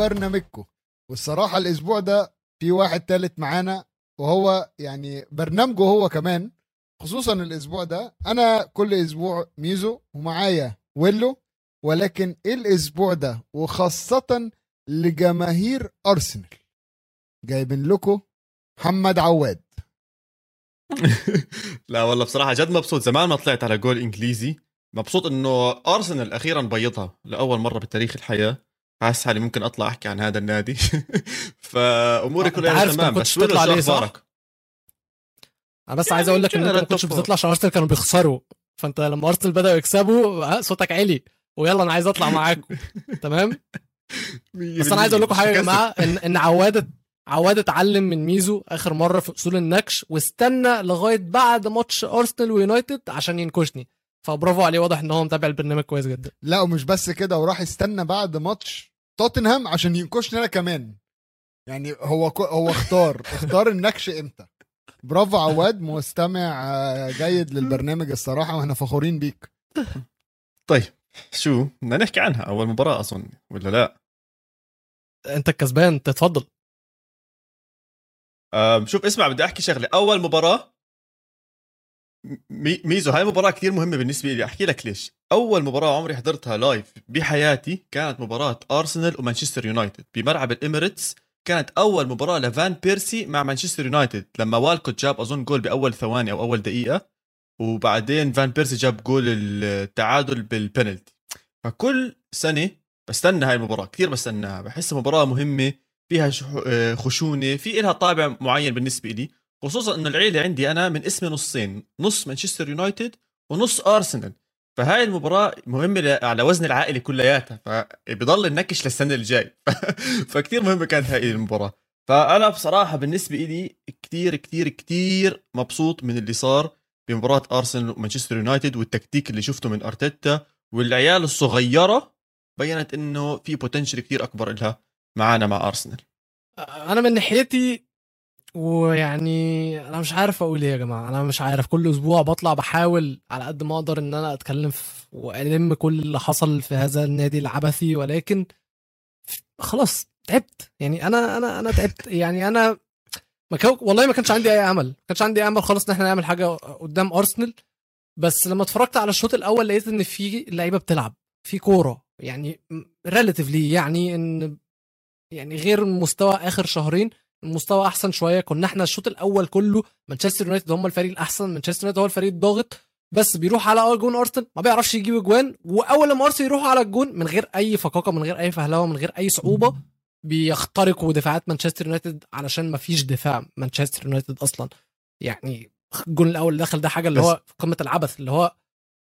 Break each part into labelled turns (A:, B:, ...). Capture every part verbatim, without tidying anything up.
A: وبرنامجكم. والصراحة الأسبوع ده في واحد تالت معانا، وهو يعني برنامجه هو كمان، خصوصا الأسبوع ده. أنا كل أسبوع ميزو ومعايا ويلو، ولكن الأسبوع ده وخاصة لجماهير أرسنال جايبين لكم محمد عواد.
B: لا والله بصراحة جد مبسوط، زمان ما طلعت على جول إنجليزي. مبسوط إنه أرسنال أخيرا بيضها لأول مرة بتاريخ الحياة. حاسس حالي ممكن أطلع أحكي عن هذا النادي. فأموري كلها تمام. بس ويلو شو أخبارك؟
C: أنا بس عايز أقول لك إن أنت ما كنتش بتطلع عشان أرسنال كانوا بيخسروا، فأنت لما أرسنال بدأوا يكسبوا صوتك عالي ويلا أنا عايز أطلع معاكم. تمام. بس أنا عايز أقول لكم حاجة يا جماعة، إن إن عوادة عواد اتعلم من ميزو اخر مره في اصول النكش، واستنى لغايه بعد ماتش ارسنال ويونايتد عشان ينكشني، فبرافو عليه، واضح ان هو متابع البرنامج كويس جدا.
A: لا ومش بس كده، وراح يستنى بعد ماتش توتنهام عشان ينكشني انا كمان. يعني هو هو اختار اختار النكش امتى. برافو عواد، مستمع جيد للبرنامج الصراحه، واحنا فخورين بيك.
B: طيب شو بدنا نحكي عنها؟ اول مباراه اظن ولا لا؟
C: انت الكسبان، تتفضل.
B: شوف اسمع، بدي احكي شغله. اول مباراه مي ميزو، هاي مباراه كتير مهمه بالنسبه لي. احكي لك ليش. اول مباراه عمري حضرتها لايف بحياتي كانت مباراه ارسنال ومانشستر يونايتد بملعب الاميريتس. كانت اول مباراه لفان بيرسي مع مانشستر يونايتد، لما والكوت جاب اظن جول باول ثواني او اول دقيقه، وبعدين فان بيرسي جاب جول التعادل بالبنالتي. فكل سنه بستنى هاي المباراه، كتير بستناها. بحس مباراه مهمه، فيها خشونه، في إلها طابع معين بالنسبه لي، خصوصا انه العيله عندي انا من اسمي نصين، نص مانشستر يونايتد ونص ارسنال. فهاي المباراه مهمه على وزن العائله كلياتها، فبضل النكش للسنه الجاي. فكتير مهمه كانت هاي المباراه. فانا بصراحه بالنسبه لي كتير كتير كتير مبسوط من اللي صار بمباراه ارسنال ومانشستر يونايتد، والتكتيك اللي شفته من ارتيتا، والعيال الصغيره بينت انه في بوتنشل كتير اكبر لها معانا مع ارسنال.
C: انا من ناحيتي ويعني انا مش عارف اقول ايه يا جماعه. انا مش عارف، كل اسبوع بطلع بحاول على قد ما اقدر ان انا اتكلم في والم كل اللي حصل في هذا النادي العبثي، ولكن خلاص تعبت. يعني انا انا انا تعبت. يعني انا ما كان والله ما كانش عندي اي امل، ما كانش عندي امل خالص ان احنا نعمل حاجه قدام ارسنال. بس لما اتفرجت على الشوط الاول لقيت ان في لعيبه بتلعب في كوره، يعني ريلاتيفلي، يعني ان يعني غير مستوى اخر شهرين، المستوى احسن شويه. كنا احنا الشوط الاول كله مانشستر يونايتد هم الفريق الاحسن، مانشستر يونايتد هو الفريق الضاغط، بس بيروح على جون ارسنال ما بيعرفش يجيب اجوان، واول لما ارسنال يروح على الجون من غير اي فقاقه، من غير اي فهلوه، من غير اي صعوبه، بيخترقوا دفاعات مانشستر يونايتد علشان ما فيش دفاع مانشستر يونايتد اصلا. يعني الجون الاول اللي دخل ده حاجه اللي هو في قمه العبث، اللي هو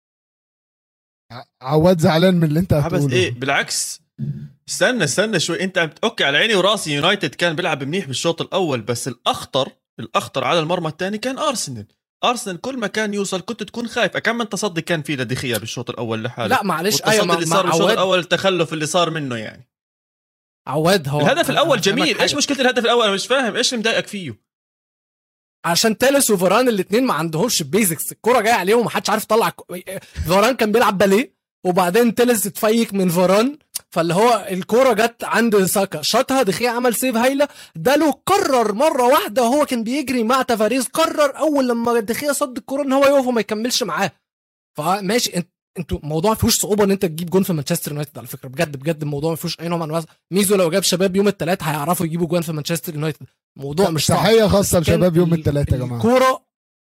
A: عواد زعلان من اللي انت هتقوله.
B: عبث ايه؟ بالعكس، استنى استنى شوي. انت عم تحكي على عيني وراسي. يونايتد كان بيلعب منيح بالشوط الاول، بس الاخطر الاخطر على المرمى الثاني كان ارسنال. ارسنال كل ما كان يوصل كنت تكون خايف. كم من تصدي كان فيه لدخيا بالشوط الاول لحاله؟
C: لا معلش، ايوه
B: اللي صار بالشوط الاول، التخلف اللي صار منه يعني.
C: عواد هو
B: الهدف الاول جميل. ايش مشكله الهدف الاول؟ انا مش فاهم ايش اللي مضايقك فيه.
C: عشان تالس وفاران الاثنين ما عندهمش بيزكس، الكرة جايه عليهم ومحدش عارف يطلع. فاران كان بيلعب باليه، وبعدين تالس اتفيك من فاران، فاللي هو الكرة جت عند ساكا شاطها، دخيا عمل سيف هايله. ده له قرر مره واحده وهو كان بيجري مع تافاريز، قرر اول لما دخيا صد الكرة ان هو يقف وما يكملش معاه. فماشي، انت انتوا الموضوع ما فيهوش صعوبه ان انت تجيب جون في مانشستر يونايتد. على فكره بجد بجد الموضوع ما فيهوش اي نوع من انواع. ميزو لو جاب شباب يوم الثلاث هيعرفوا يجيبوا جون في مانشستر يونايتد. الموضوع مش صعب.
A: تحيه خاصه لشباب يوم الثلاث يا جماعه.
C: الكوره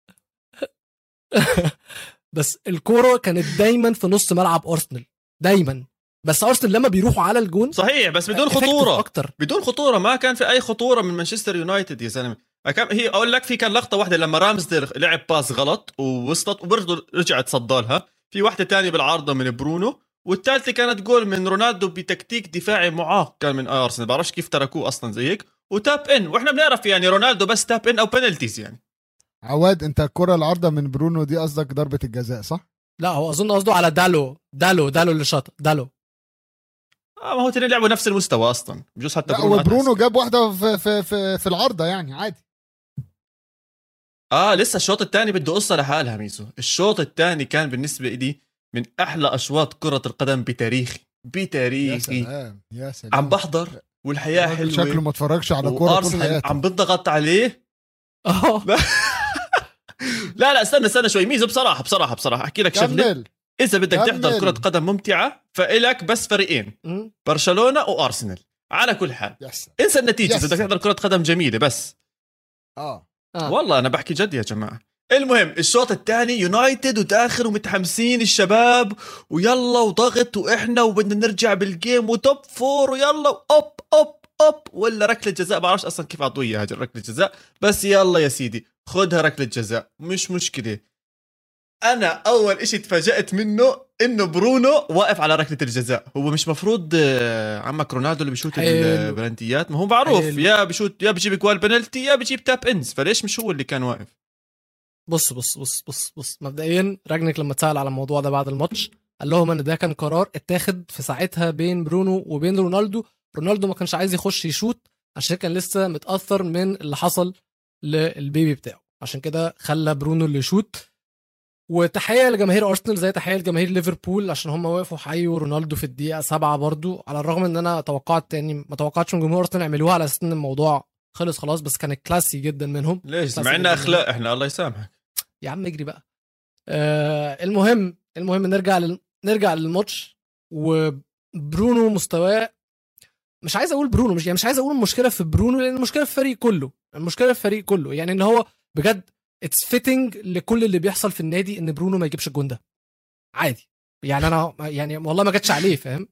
C: بس الكوره كانت دايما في نص ملعب ارسنال دايما، بس ارسنال لما بيروحوا على الجون
B: صحيح بس بدون خطوره أكتر. بدون خطوره، ما كان في اي خطوره من مانشستر يونايتد يا زلمه. هي اقول لك في كان لقطه واحده لما رامزديل لعب باس غلط ووصلت وبرضه رجعت صدالها. في واحده تانية بالعارضه من برونو، والثالثه كانت جول من رونالدو بتكتيك دفاعي معاق كان من ارسنال، بعرفش كيف تركوه اصلا زي هيك وتاب ان. واحنا بنعرف يعني رونالدو بس تاب ان او بينالتيز يعني.
A: عواد انت الكره العارضه من برونو دي قصدك ضربه الجزاء صح؟
C: لا هو اظن قصده على دالو دالو دالو اللي شاط دالو.
B: اه ما هو تاني لعبوا نفس المستوى اصلا، بجوز حتى
A: برونو برونو جاب واحده في في في, في العارضه يعني عادي.
B: اه لسه الشوط الثاني بده قصه لحالها ميزو. الشوط الثاني كان بالنسبه لي من احلى اشواط كره القدم بتاريخي بتاريخي.
A: يا سلام يا سلام.
B: عم بحضر والحياه
A: الراجل
B: حلوه
A: شكله ما اتفرجش على كوره طول
B: وارسنال
A: حياته.
B: عم بتضغط عليه.
C: اه
B: لا لا استنى استنى شوي ميزو، بصراحه بصراحه بصراحه احكي لك شغله.
A: كمل
B: اذا بدك
A: كمل.
B: تحضر كره قدم ممتعه فإلك بس فريقين،
C: م.
B: برشلونه وارسنال. على كل حال
A: يس
B: انسى النتيجه
A: يس.
B: اذا بدك تحضر كره قدم جميله بس.
A: اه
C: آه.
B: والله انا بحكي جد يا جماعه. المهم الشوط الثاني يونايتد وداخل ومتحمسين الشباب ويلا وضغط واحنا وبدنا نرجع بالجيم وتوب فور ويلا اوب اوب اوب، ولا ركله جزاء بعرفش اصلا كيف عطويه هاجر ركله جزاء، بس يلا يا سيدي خدها ركله جزاء مش مشكله. انا اول اشي تفاجأت منه انه برونو واقف على ركله الجزاء. هو مش مفروض عمك رونالدو اللي بيشوت البلنتيات؟ ما هو معروف
C: حلو.
B: يا بيشوت يا بيجيب جوال بنالتي يا بيجيب تاب انز، فليش مش هو اللي كان واقف؟
C: بص بص بص بص بص مبدئيا راجنك لما اتسأل على الموضوع ده بعد الماتش قال لهم ان ده كان قرار اتاخد في ساعتها بين برونو وبين رونالدو. رونالدو ما كانش عايز يخش يشوت عشان كان لسه متأثر من اللي حصل للبيبي بتاعه، عشان كده خلى برونو اللي يشوت. وتحية لجماهير أرسنال زي تحية لجماهير ليفربول عشان هم وقفوا حيوا رونالدو في الدقيقة سبعة برضو، على الرغم ان انا توقعت تاني ما توقعتش من جمهور أرسنال يعملوها على اساس ان الموضوع خلص خلاص، بس كان كلاسي جدا منهم.
B: ليش
C: كلاسي
B: مع اننا
C: جداً
B: اخلاق
C: منهم.
B: احنا الله يسامحك
C: يا عم اجري بقى. آه المهم المهم نرجع لل... نرجع للماتش. وبرونو مستواه مش عايز اقول برونو مش يعني مش عايز اقول المشكله في برونو لان المشكله في الفريق كله، المشكله في الفريق كله. يعني ان هو بجد اتس فيتنج لكل اللي بيحصل في النادي ان برونو ما يجيبش الجون ده عادي. يعني انا يعني والله ما جاتش عليه فاهم.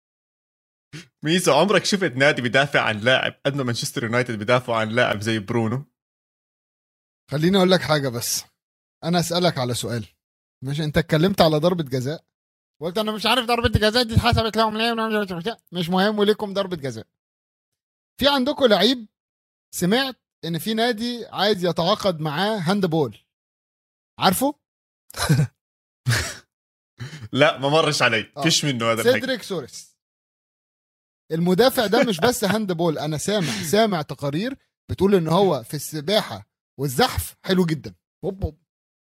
B: ميزو عمرك شفت نادي بيدافع عن لاعب قد ما مانشستر يونايتد بيدافعوا عن لاعب زي برونو؟
A: خليني اقول لك حاجه بس. انا اسالك على سؤال، مش انت اتكلمت على ضربه جزاء قلت انا مش عارف ضربه الجزاء دي اتحسبت لهم ليه، مش مهم وليكم ضربه جزاء. في عندكم لعيب سمعت ان في نادي عايز يتعاقد معاه هاند بول، عارفه؟
B: لا ما مرش علي
A: آه.
B: فيش منه هذا الحكي.
A: سيدريك سوريس المدافع ده مش بس هاند بول، انا سامع سامع تقارير بتقول ان هو في السباحه والزحف حلو جدا. بوب بوب.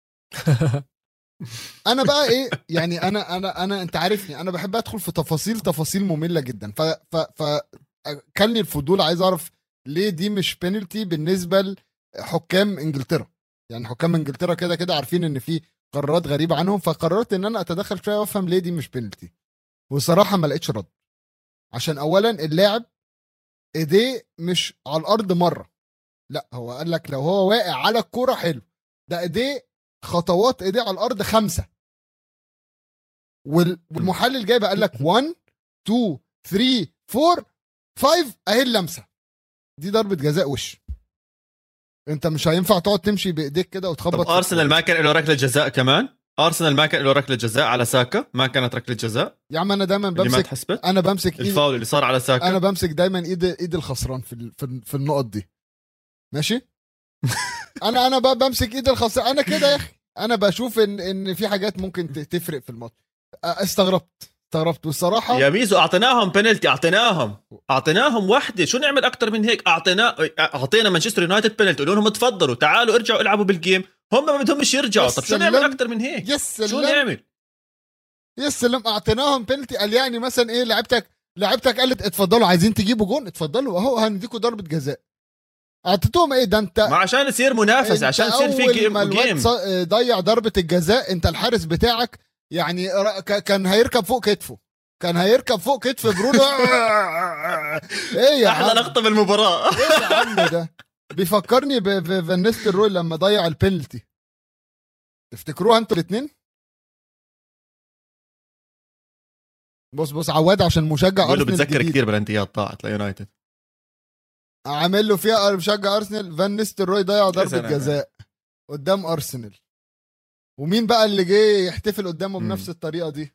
A: انا بقى ايه يعني انا انا انا انت عارفني انا بحب ادخل في تفاصيل تفاصيل ممله جدا، ف ف ف كان لي الفضول عايز اعرف ليه دي مش بينالتي بالنسبه لحكام انجلترا. يعني حكام انجلترا كده كده عارفين ان في قرارات غريبه عنهم، فقررت ان انا اتدخل شويه وافهم ليه دي مش بينالتي. وصراحه ما لقيتش رد، عشان اولا اللاعب ايديه مش على الارض مره، لا هو قال لك لو هو واقع على الكوره حلو، ده ايديه خطوات ايديه على الارض خمسه، والمحلل جايبه قال لك واحد اتنين تلاتة اربعة خمسة اهي اللمسه دي ضربه جزاء وش. انت مش هينفع تقعد تمشي بايديك كده وتخبط.
B: طب ارسنال ما كان له ركله جزاء كمان؟ ارسنال ما كان له ركله جزاء على ساكا؟ ما كانت ركله جزاء
A: يا عم انا دايما
B: اللي ما
A: بمسك
B: تحسبت
A: انا بمسك إيد...
B: الفاول اللي صار على ساكا.
A: انا بمسك دايما ايد ايد الخسران في ال... في, في النقط دي ماشي. انا انا بقى بمسك ايد الخسران انا كده يا اخي. انا بشوف ان ان في حاجات ممكن تفرق في الماتش. استغربت استغربت والصراحه
B: يا ميزو اعطيناهم بنالتي، اعطيناهم اعطيناهم واحده، شو نعمل اكتر من هيك؟ اعطينا اعطينا مانشستر يونايتد بنالتي قولوا لهم تفضلوا تعالوا ارجعوا العبوا بالجيم، هم ما بدهمش يرجعوا. طب شو نعمل اكتر من هيك؟
A: يسلم
B: شو نعمل؟
A: يسلم اعطيناهم بنالتي. قال يعني مثلا ايه لعبتك لعبتك قالت اتفضلوا عايزين تجيبوا جون اتفضلوا اهو هنديكوا ضربه جزاء. اعطيتوهم ايه ده انت؟
B: ما عشان يصير منافسه، عشان يصير في جيم, جيم.
A: ضيع ضربه الجزاء انت الحارس بتاعك يعني كان هيركب فوق كتفه كان هيركب فوق كتف برونو. ايه يا
B: احلى لقطه بالمباراه.
A: ايه يا عم ده بيفكرني بفان نيستلروي لما ضيع البنالتي. تفتكروها انتوا الاثنين؟ بص بص عواد عشان مشجع ارسنال
B: بتذكر كثير بلنتيات طاعت ليونايتد
A: عامل له فيها مشجع ارسنال. فان نيستلروي ضيع ضربه جزاء قدام ارسنال، ومين بقى اللي جه يحتفل قدامه بنفس الطريقه دي؟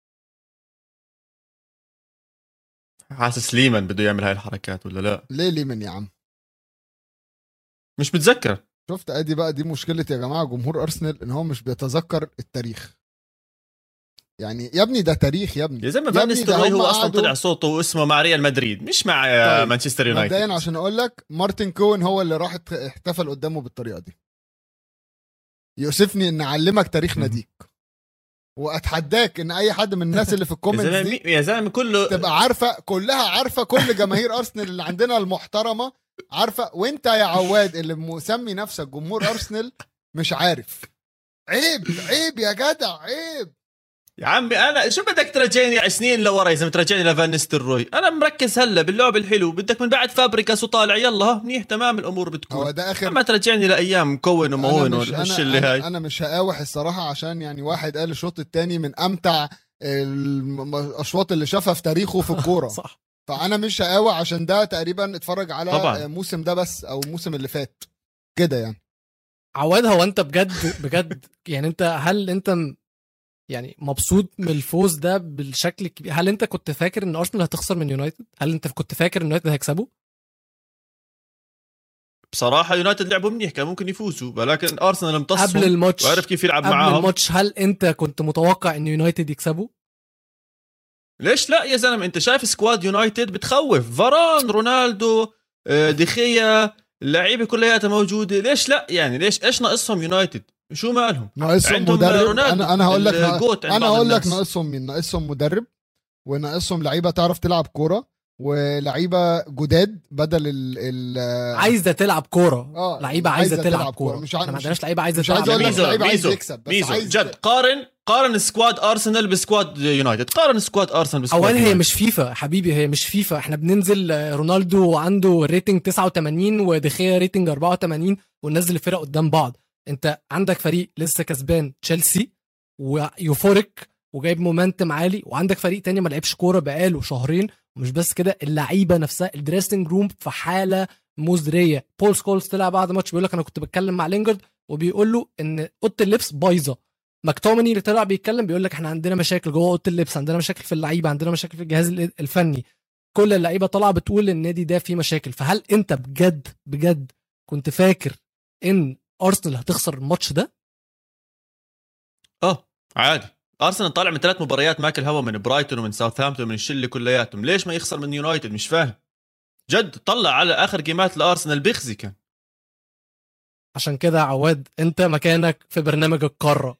B: حاسس ليمن بده يعمل هاي الحركات ولا لا؟
A: ليه ليمن يا عم؟
B: مش بتذكر.
A: شفت ادي بقى دي مشكله يا جماعه جمهور ارسنال ان هو مش بيتذكر التاريخ. يعني يا ابني ده تاريخ يا ابني.
B: يا زلمه فان نيستلروي هو اصلا طلع صوته واسمه مع ريال مدريد مش مع طيب. مانشستر يونايتد.
A: مبدئيا عشان اقول لك مارتن كون هو اللي راح احتفل قدامه بالطريقه دي. يؤسفني ان اعلمك تاريخ ناديك. واتحداك ان اي حد من الناس اللي في
B: يا
A: الكومنتس
B: زلمه
A: دي
B: يا زلمه كله
A: تبقى عارفه، كلها عارفه، كل جماهير ارسنال اللي عندنا المحترمه عارفه، وانت يا عواد اللي مسمي نفسك جمهور ارسنال مش عارف. عيب عيب يا جدع عيب
B: يا عمي. انا شو بدك ترجعني سنين لورا يا زلمه، ترجعني لفان نيستلروي؟ انا مركز هلا باللعب الحلو، بدك من بعد فابريكاس وطالع يلا ها منيح تمام الامور بتكون.
A: هو ده اخر،
B: اما ترجعني لايام مكون ومهون
A: أنا مش
B: والش
A: أنا
B: اللي
A: أنا,
B: هاي.
A: انا مش هقاوح الصراحه، عشان يعني واحد قال الشوط الثاني من امتع الاشواط اللي شافها في تاريخه في الكوره.
C: صح.
A: فانا مش هقاوح عشان ده تقريبا اتفرج على
B: طبعاً.
A: موسم ده بس او الموسم اللي فات كده يعني.
C: عواد هو انت بجد بجد يعني انت هل انت م- يعني مبسوط من الفوز ده بالشكل الكبير؟ هل انت كنت فاكر ان ارسنال هتخسر من يونايتد؟ هل انت كنت فاكر ان يونايتد هيكسبوا؟
B: بصراحه يونايتد لعبوا منيح، كان ممكن يفوزوا، ولكن ارسنال امتصهم
C: قبل الماتش
B: وعرف كيف يلعب
C: قبل
B: معاهم.
C: الماتش هل انت كنت متوقع ان يونايتد يكسبوا؟
B: ليش لا يا زلمه؟ انت شايف سكواد يونايتد بتخوف، فاران، رونالدو، آه، دخيا، اللعيبه كلياتها موجوده. ليش لا يعني؟ ليش ايش ناقصهم يونايتد؟ شو مالهم؟
A: ناقصهم
B: عندهم
A: مدرب.
B: رونالدو،
A: انا انا هقول لك
B: الجوت عند
A: انا
B: بعض
A: هقول لك
B: الناس.
A: ناقصهم مين. ناقصهم مدرب، وناقصهم لعيبه تعرف تلعب كوره، ولعيبه جداد بدل ال ال
C: عايزه تلعب كوره.
A: آه،
C: لعيبه عايزه, عايزة تلعب كوره.
A: مش
C: احنا ما عندناش لعيبه عايزه
A: مش
C: تلعب
A: عايز اقول لك
B: ميزو
A: لعيبه عايز
B: ميزو
A: يكسب، بس
B: ميزو
A: عايز
B: جد. قارن قارن سكواد ارسنال بسكواد يونايتد، قارن سكواد ارسنال بسكواد
C: اولا هي
B: يونايتد.
C: مش فيفا يا حبيبي، هي مش فيفا. احنا بننزل آه، رونالدو عنده ريتنج تسعة وتمانين ودخيا ريتنج أربعة وتمانين وننزل الفرق قدام بعض. انت عندك فريق لسه كسبان تشيلسي ويوفوريك وجايب مومنتم عالي، وعندك فريق تاني ما لعبش كوره بقاله شهرين. ومش بس كده، اللعيبه نفسها الدريسنج روم في حاله مزريه. بول سكولز طلع بعد ماتش بيقول لك انا كنت بتكلم مع لينجارد وبيقول له ان اوضه اللبس بايظه. ماكتوميني اللي طلع بيتكلم بيقول لك احنا عندنا مشاكل جوه اوضه اللبس، عندنا مشاكل في اللعيبه، عندنا مشاكل في الجهاز الفني. كل اللعيبه طالعه بتقول النادي ده فيه مشاكل. فهل انت بجد بجد كنت فاكر ان ارسنال هتخسر الماتش ده؟
B: اه عادي. ارسنال طالع من ثلاث مباريات ماكل هوا، من برايتون ومن ساوثهامبتون ومن الشله كلياتهم. ليش ما يخسر من يونايتد؟ مش فاهم جد. طلع على اخر جيمات لارسنال بيخزي كان.
C: عشان كده يا عواد انت مكانك في برنامج القاره.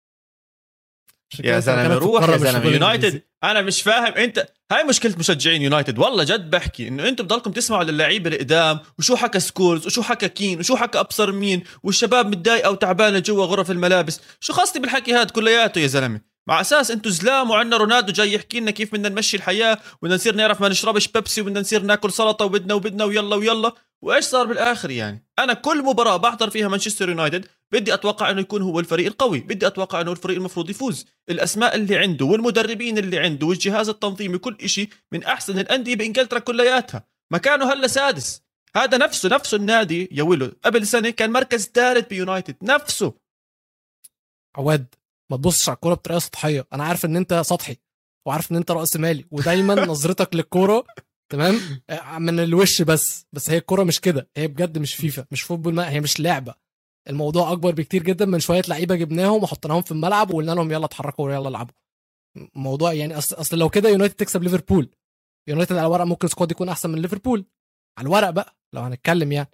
B: يا زلمه روح يا زلمه يونايتد. انا مش فاهم انت. هاي مشكله مشجعين يونايتد والله جد. بحكي انه انتم بضلكم تسمعوا للعيبه القدام وشو حكى سكولز وشو حكى كين وشو حكى ابصر مين، والشباب متضايقه وتعبانه جوا غرف الملابس. شو خاصتي بالحكي هاد كلياته يا زلمه؟ مع اساس انتم زلام وعندنا رونالدو جاي يحكي لنا كيف بدنا نمشي الحياه، وبدنا نصير نعرف ما نشربش بيبسي، وبدنا نصير ناكل سلطه، وبدنا وبدنا ويلا ويلا. وايش صار بالاخر يعني؟ انا كل مباراه بحضر فيها مانشستر يونايتد بدي اتوقع انه يكون هو الفريق القوي، بدي اتوقع انه الفريق المفروض يفوز. الاسماء اللي عنده والمدربين اللي عنده والجهاز التنظيمي كل إشي من احسن الانديه بانجلترا كلياتها. مكانه هلا سادس. هذا نفسه نفسه النادي يا ويلو قبل سنه كان مركز ثالث بيونايتد نفسه.
C: عواد ما تبصش على الكوره بطريقه سطحيه. انا عارف ان انت سطحي وعارف ان انت راس مالي ودايما نظرتك للكوره تمام من الوش بس. بس هي الكوره مش كده. هي بجد مش فيفا، مش فوتبول، ما هي مش لعبه. الموضوع اكبر بكتير جدا من شويه لعيبه جبناهم وحطيناهم في الملعب وقلنا لهم يلا اتحركوا ويلا العبوا. موضوع يعني اصل اصل لو كده يونايتد تكسب ليفربول. يونايتد على الورق ممكن سكواد يكون احسن من ليفربول على الورق بقى لو هنتكلم يعني.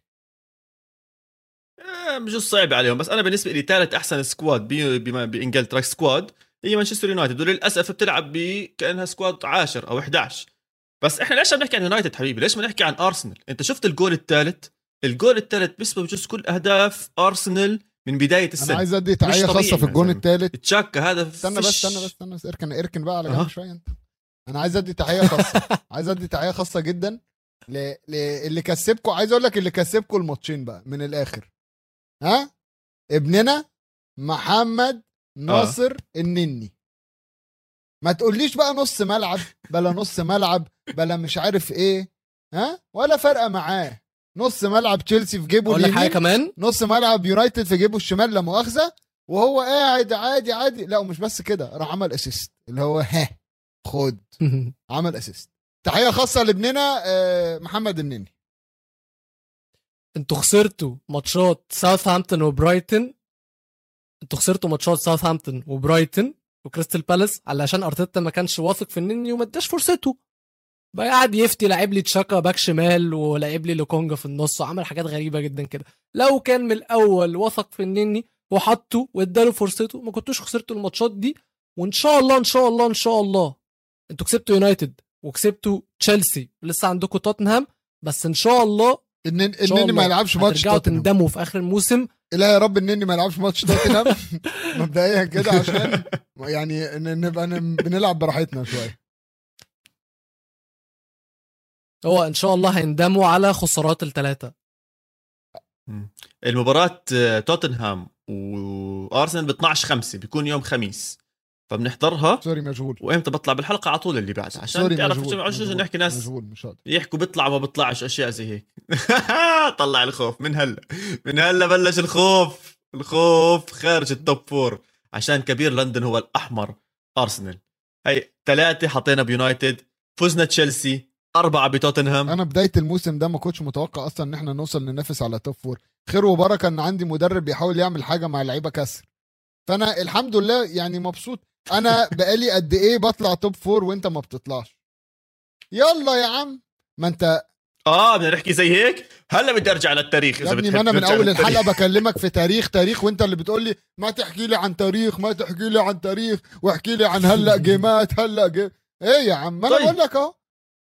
B: مش صعب عليهم. بس انا بالنسبه لي ثالث احسن سكواد بانجلترا سكواد هي مانشستر يونايتد، وللاسف بتلعب بكانها سكواد عاشر او إحدى عشر. بس احنا ليش بنحكي عن يونايتد حبيبي؟ ليش ما نحكي عن ارسنال؟ انت شفت الجول الثالث؟ الجول الثالث بيسبب جزء كل اهداف ارسنال من بدايه السنه.
A: انا عايز ادي تحيه خاصه في الجون الثالث.
B: تشاكا هذا
A: استنى بس استنى بس استنى بس اركن اركن بقى على جنب شويه انت. انا عايز ادي تحيه خاصه عايز ادي تحيه خاصه جدا ل... ل... اللي كسبكم. عايز اقول لك اللي كسبكم الماتشين بقى من الاخر. ها ابننا محمد ناصر آه. النني. ما تقوليش بقى نص ملعب بلا نص ملعب بلا مش عارف ايه، ها ولا فرقه معاه. نص ملعب تشيلسي في جيبه
C: اليمين، حاجه كمان نص
A: ملعب يونايتد في جيبه الشمال لا مؤاخذه، وهو قاعد عادي عادي. لا ومش بس كده، راح عمل اسيست اللي هو ها خد عمل اسيست. تحيه خاصه لابننا محمد النني.
C: انتوا خسرتوا ماتشات ساوثهامبتون وبرايتون. انتوا خسرتوا ماتشات ساوثهامبتون وبرايتون وكريستال بالاس علشان ارتيتا ما كانش واثق في النني وما اداش فرصته. بقى قاعد يفتي، لعب لي تشاكا باك شمال ولعب لي لوكونجا في النص وعمل حاجات غريبه جدا كده. لو كان من الاول وثق في النني وحطه واداله فرصته ما كنتوش خسرتوا الماتشات دي وان شاء الله ان شاء الله ان شاء الله انتوا كسبتوا يونايتد وكسبتوا تشيلسي ولسه عندكم توتنهام، بس ان شاء الله
A: ان انني ما يلعبش ماتش
C: توتنهام تندموا في اخر الموسم.
A: لا يا رب انني ما يلعبش ماتش توتنهام مبدئيا كده عشان يعني نبقى بنلعب براحتنا شويه.
C: هو ان شاء الله هيندموا على خسارات الثلاثه.
B: المباراة توتنهام وارسنال ب اثناشر خمسة بيكون يوم خميس، فبنحضرها.
A: سوري مشغول.
B: وامتى بطلع بالحلقه على طول اللي بعدها عشان تعرف شو نحكي ناس
A: مشغول مش
B: يحكوا بيطلع ما بيطلعش اشياء زي هيك. طلع الخوف من هلا من هلا بلش الخوف الخوف خارج التوب فور عشان كبير لندن هو الاحمر ارسنال. هي ثلاثه حطينا بيونايتد، فزنا تشيلسي، أربعة بتوتنهام.
A: أنا بداية الموسم ده ما كنتش متوقع أصلا إن إحنا نوصل ننافس على توب فور. خير وبركة إن عندي مدرب بيحاول يعمل حاجة مع اللعيبة كسر، فأنا الحمد لله يعني مبسوط. أنا بقالي قد إيه بطلع توب فور وإنت ما بتطلعش؟ يلا يا عم ما أنت
B: آه بدنا نحكي زي هيك. هلا بدي أرجع للتاريخ
A: إذا بتحب. أنا من أول الحلقة بكلمك في تاريخ تاريخ وإنت اللي بتقول لي ما تحكي لي عن تاريخ ما تحكي لي عن تاريخ واحكي لي عن هلا جيمات هلا جيم. إيه يا عم ما أنا بقول لك أهو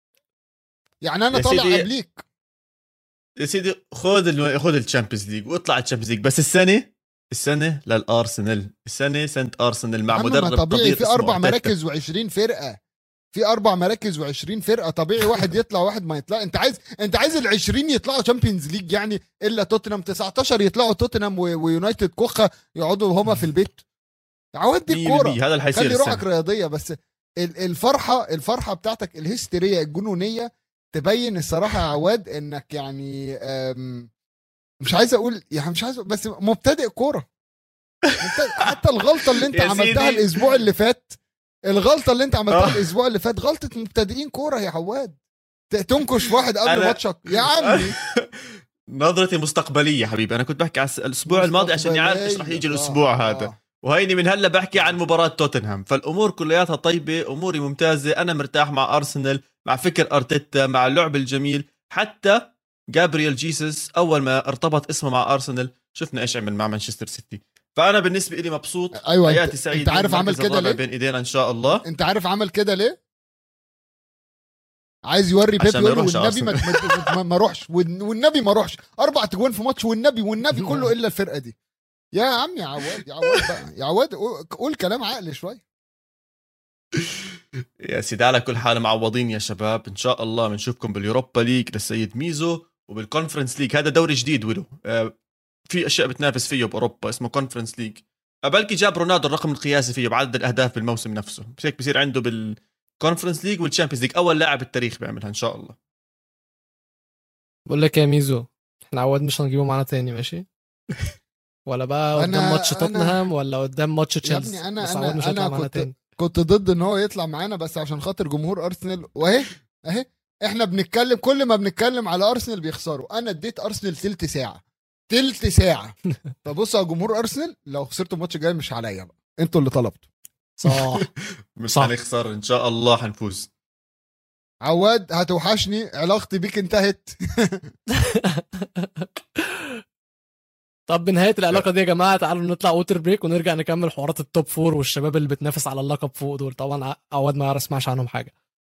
A: يعني انا طالع قبليك
B: يا سيدي. خذ ال... خذ الشامبيونز ليج واطلع الشامبيونز ليج، بس السنه السنه للارسنال، السنه سنه ارسنال مع مدرب
A: طبيعي في اربع مراكز وعشرين فرقه، في اربع مراكز وعشرين فرقه طبيعي واحد يطلع واحد ما يطلع. انت عايز انت عايز العشرين يطلعوا شامبيونز ليج يعني الا توتنهام تسعتاشر يطلعوا توتنهام و... ويونايتد كوخه يقعدوا هما في البيت. عودي الكوره
B: هذا اللي حيصير.
A: خلي روحك رياضيه بس. الفرحه الفرحه بتاعتك الهستيريه الجنونيه تبين الصراحه يا عواد انك يعني مش عايز اقول يعني مش عايز بس مبتدئ كوره. حتى الغلطه اللي انت عملتها الاسبوع اللي فات الغلطه اللي انت عملتها الاسبوع اللي فات غلطه مبتدئين كوره يا عواد. تنكش واحد قبل ماتشك يا عمي.
B: نظرتي مستقبليه حبيبي. انا كنت بحكي على الاسبوع الماضي عشان يعرف ايش راح يجي الاسبوع آه هذا آه. وهيني من هلا بحكي عن مباراة توتنهام، فالأمور كلياتها طيبة، أموري ممتازة، أنا مرتاح مع أرسنال، مع فكر أرتيتا، مع اللعب الجميل. حتى جابرييل جيسوس أول ما ارتبط اسمه مع أرسنال شفنا إيش عمل مع مانشستر سيتي. فأنا بالنسبة لي مبسوط.
A: أيوة
B: حياتي سعيدة.
A: أنت عارف عمل كده ليه؟
B: بين إيدينا إن شاء الله.
A: أنت عارف عمل كده ليه؟ عايز يوري بيب يقول والنبي ما, ما, ما روحش والنبي ما روحش أربع تجوان في ماتش والنبي والنبي كله إلا الفرقة دي. يا عم يا عواد يا عواد بقى يا عواد قول كلام عقل شوي
B: يا سيدي. على كل حال معوضين يا شباب، ان شاء الله بنشوفكم باليوروبا ليج للسيد ميزو وبالكونفرنس ليج. هذا دوري جديد وله آه في اشياء بتنافس فيه باوروبا اسمه كونفرنس ليج. بلكي جاب رونالدو الرقم القياسي فيه بعدد الاهداف بالموسم نفسه، بس هيك بصير عنده بالكونفرنس ليج والتشامبيونز ليج اول لاعب بالتاريخ بيعملها ان شاء الله.
C: بقول لك يا ميزو احنا عواد مش هنجيبه معنا تاني ماشي؟ ولا بقى قدام ماتش توتنهام ولا قدام ماتش تشيلسي؟
A: انا بس انا مش انا كنت تاني. كنت ضد ان هو يطلع معانا بس عشان خاطر جمهور ارسنال. واهي اهي احنا بنتكلم كل ما بنتكلم على ارسنال بيخسروا. انا اديت ارسنال تلت ساعه تلت ساعه فبصوا يا جمهور ارسنال لو خسرتوا الماتش الجاي مش عليا بقى، انتوا اللي طلبتوا.
C: صح
B: مش هنخسر ان شاء الله حنفوز.
A: عواد هتوحشني، علاقتي بيك انتهت.
C: طب بنهاية العلاقة دي يا جماعة تعالوا نطلع ووتر بريك ونرجع نكمل حوارات التوب فور والشباب اللي بتنافس على اللقب فوق دول. طبعا عواد ما يسمعش عنهم حاجة.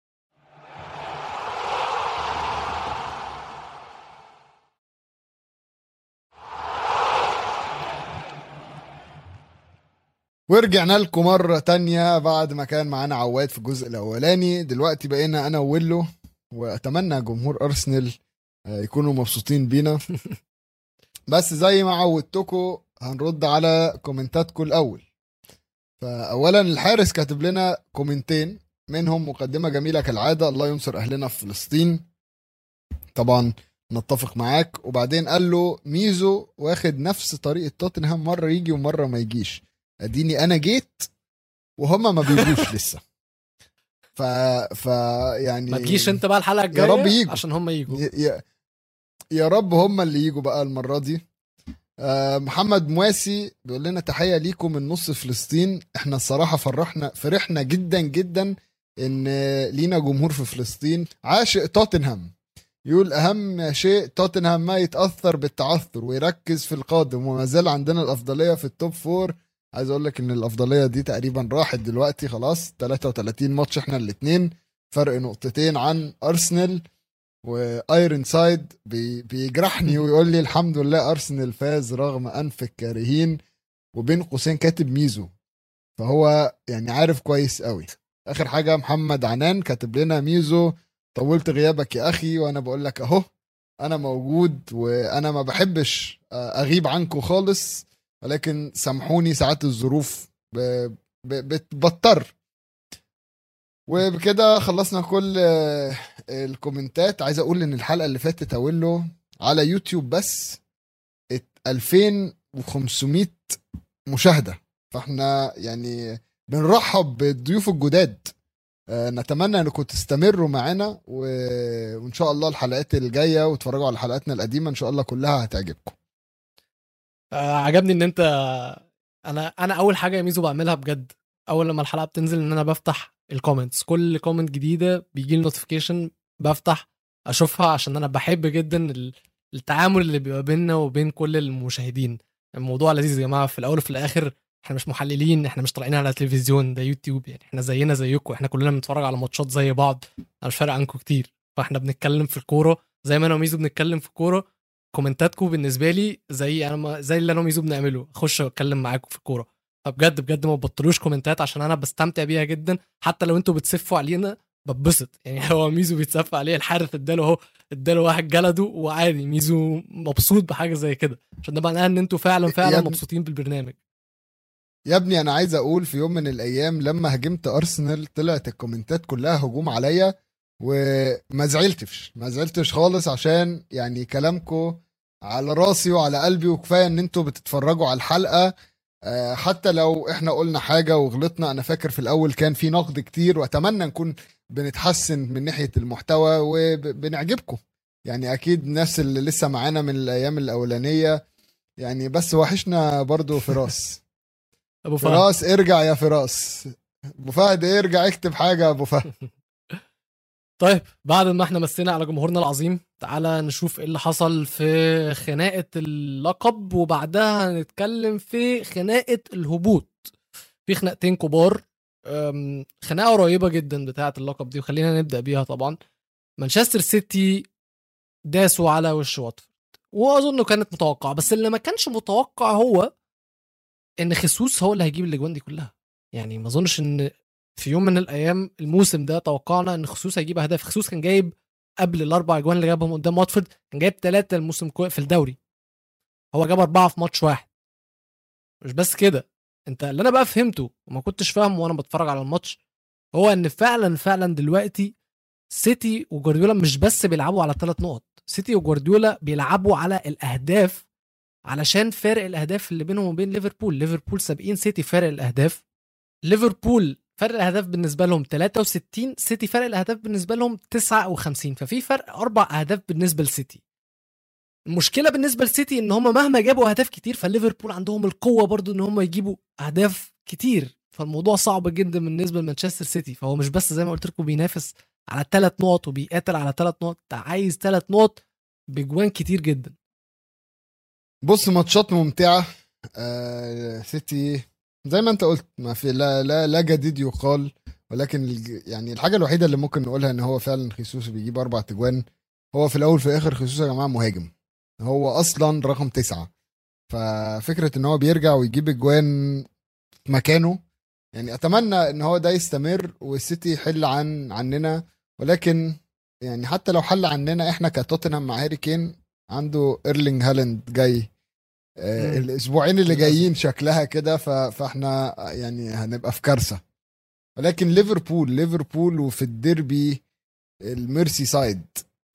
A: ورجعنا لكم مرة تانية بعد ما كان معانا عواد في الجزء الأولاني. دلوقتي بقينا أنا وويلو، وأتمنى جمهور أرسنال يكونوا مبسوطين بينا. بس زي ما عودتكم هنرد على كومنتاتكم الأول. فأولا الحارس كاتب لنا كومنتين منهم مقدمة جميلة كالعادة، الله ينصر أهلنا في فلسطين، طبعا نتفق معاك. وبعدين قال له ميزو واخد نفس طريقة توتنهام، مرة يجي ومرة ما يجيش، اديني انا جيت وهما ما بيجوش لسه. ف ف يعني
C: ما تجيش انت بقى الحلقه الجايه
A: يا رب يجوا
C: عشان هما يجوا.
A: يا... يا رب هما اللي يجوا بقى المره دي. آه محمد مواسي بيقول لنا تحيه ليكم من نص فلسطين. احنا الصراحه فرحنا فرحنا جدا جدا ان لينا جمهور في فلسطين عاشق توتنهام. يقول اهم شيء توتنهام ما يتاثر بالتعثر ويركز في القادم، وما زال عندنا الافضليه في التوب فور عايز اقول لك ان الافضليه دي تقريبا راحت دلوقتي خلاص. ثلاثة وثلاثين ماتش احنا الاثنين، فرق نقطتين عن ارسنال. وايرن سايد بي بيجرحني ويقول لي الحمد لله ارسنال فاز رغم انف الكارهين، وبين قوسين كاتب ميزو، فهو يعني عارف كويس قوي. اخر حاجه محمد عنان كاتب لنا ميزو طولت غيابك يا اخي، وانا بقول لك اهو انا موجود، وانا ما بحبش اغيب عنكم خالص، ولكن سامحوني ساعات الظروف بتبطر. وبكده خلصنا كل الكومنتات. عايز اقول ان الحلقه اللي فاتت اولو على يوتيوب بس ألفين وخمسمية مشاهده، فاحنا يعني بنرحب بالضيوف الجداد. نتمنى انكم تستمروا معنا، وان شاء الله الحلقات الجايه وتفرجوا على حلقاتنا القديمه ان شاء الله كلها هتعجبكم.
C: آه عجبني ان انت انا انا اول حاجه يا ميزو بعملها بجد اول لما الحلقه بتنزل ان انا بفتح الكومنتس. كل كومنت جديده بيجي لي نوتيفيكيشن بفتح اشوفها، عشان انا بحب جدا التعامل اللي بيبقى بيننا وبين كل المشاهدين. الموضوع لذيذ يا جماعه، في الاول وفي الاخر احنا مش محللين، احنا مش طالعين على التلفزيون، ده يوتيوب يعني، احنا زينا زيكم، احنا كلنا بنتفرج على ماتشات زي بعض، انا مش فارق عنكم كتير. فاحنا بنتكلم في الكوره زي ما انا وميزو بنتكلم في الكوره. كومنتاتكم بالنسبه لي زي انا ما زي اللي انا وميزو بنعمله، اخش اتكلم معاكم في الكوره. فبجد بجد ما تبطلوش كومنتات، عشان انا بستمتع بيها جدا. حتى لو انتوا بتسفوا علينا ببسط يعني. هو ميزو بيتسفى عليه، الحارس اداله اهو اداله واحد جلده وعادي، ميزو مبسوط بحاجه زي كده، عشان ده معناه ان انتوا فعلا فعلا مبسوطين بالبرنامج.
A: يا ابني انا عايز اقول في يوم من الايام لما هجمت ارسنال طلعت الكومنتات كلها هجوم عليا، وما زعلتش ما زعلتش خالص، عشان يعني كلامكم على راسي وعلى قلبي، وكفايه ان انتوا بتتفرجوا على الحلقه. حتى لو احنا قلنا حاجه وغلطنا، انا فاكر في الاول كان في نقد كتير، واتمنى نكون بنتحسن من ناحيه المحتوى وبنعجبكم. يعني اكيد الناس اللي لسه معانا من الايام الاولانيه يعني، بس وحشنا برضو فراس.
C: ابو فهد
A: فراس ارجع يا فراس، ابو فهد ارجع اكتب حاجه ابو فهد.
C: طيب بعد ما احنا مسينا على جمهورنا العظيم، تعالى نشوف ايه اللي حصل في خناقه اللقب، وبعدها هنتكلم في خناقه الهبوط. في خناقتين كبار، خناقه قريبه جدا بتاعه اللقب دي، وخلينا نبدا بيها. طبعا مانشستر سيتي داسوا على وش واتفورد، واظن كانت متوقعه، بس اللي ما كانش متوقع هو ان خيسوس هو اللي هيجيب الاجوان دي كلها. يعني ما اظنش ان في يوم من الايام الموسم ده توقعنا ان خيسوس هيجيب اهداف. خيسوس كان جايب قبل الاربع اجوان اللي جابهم قدام واتفورد كان جايب ثلاثه الموسم في الدوري، هو جاب اربعه في ماتش واحد. مش بس كده، انت اللي انا بقى فهمته وما كنتش فاهمه وانا بتفرج على الماتش، هو ان فعلا فعلا دلوقتي سيتي وجوارديولا مش بس بيلعبوا على ثلاث نقط، سيتي وجوارديولا بيلعبوا على الاهداف، علشان فارق الاهداف اللي بينهم وبين ليفربول. ليفربول سابقين سيتي فارق الاهداف، ليفربول فرق الاهداف بالنسبه لهم ثلاثة وستين، سيتي فرق الاهداف بالنسبه لهم تسعة وخمسين، ففي فرق اربع اهداف بالنسبه لسيتي. المشكله بالنسبه لسيتي ان هم مهما جابوا اهداف كتير، فليفربول عندهم القوه برضو ان هم يجيبوا اهداف كتير، فالموضوع صعب جدا بالنسبه لمانشستر سيتي. فهو مش بس زي ما قلت لكم بينافس على ثلاث نقط وبيقاتل على ثلاث نقط، عايز ثلاث نقط بجوان كتير جدا.
A: بص ماتشات ممتعه. آه سيتي زي ما انت قلت ما في لا لا لا جديد يقال، ولكن يعني الحاجه الوحيده اللي ممكن نقولها ان هو فعلا خيسوس بيجيب اربع تجوان. هو في الاول في الاخر خيسوس يا جماعه مهاجم، هو اصلا رقم تسعة، ففكره ان هو بيرجع ويجيب اجوان في مكانه، يعني اتمنى ان هو ده يستمر والسيتي يحل عن عننا. ولكن يعني حتى لو حل عننا احنا كتوتنهام مع هاري كين، عنده ايرلينج هالاند جاي آه الاسبوعين اللي جايين شكلها كده، فاحنا يعني هنبقى في كارثه. ولكن ليفربول ليفربول وفي الديربي الميرسي سايد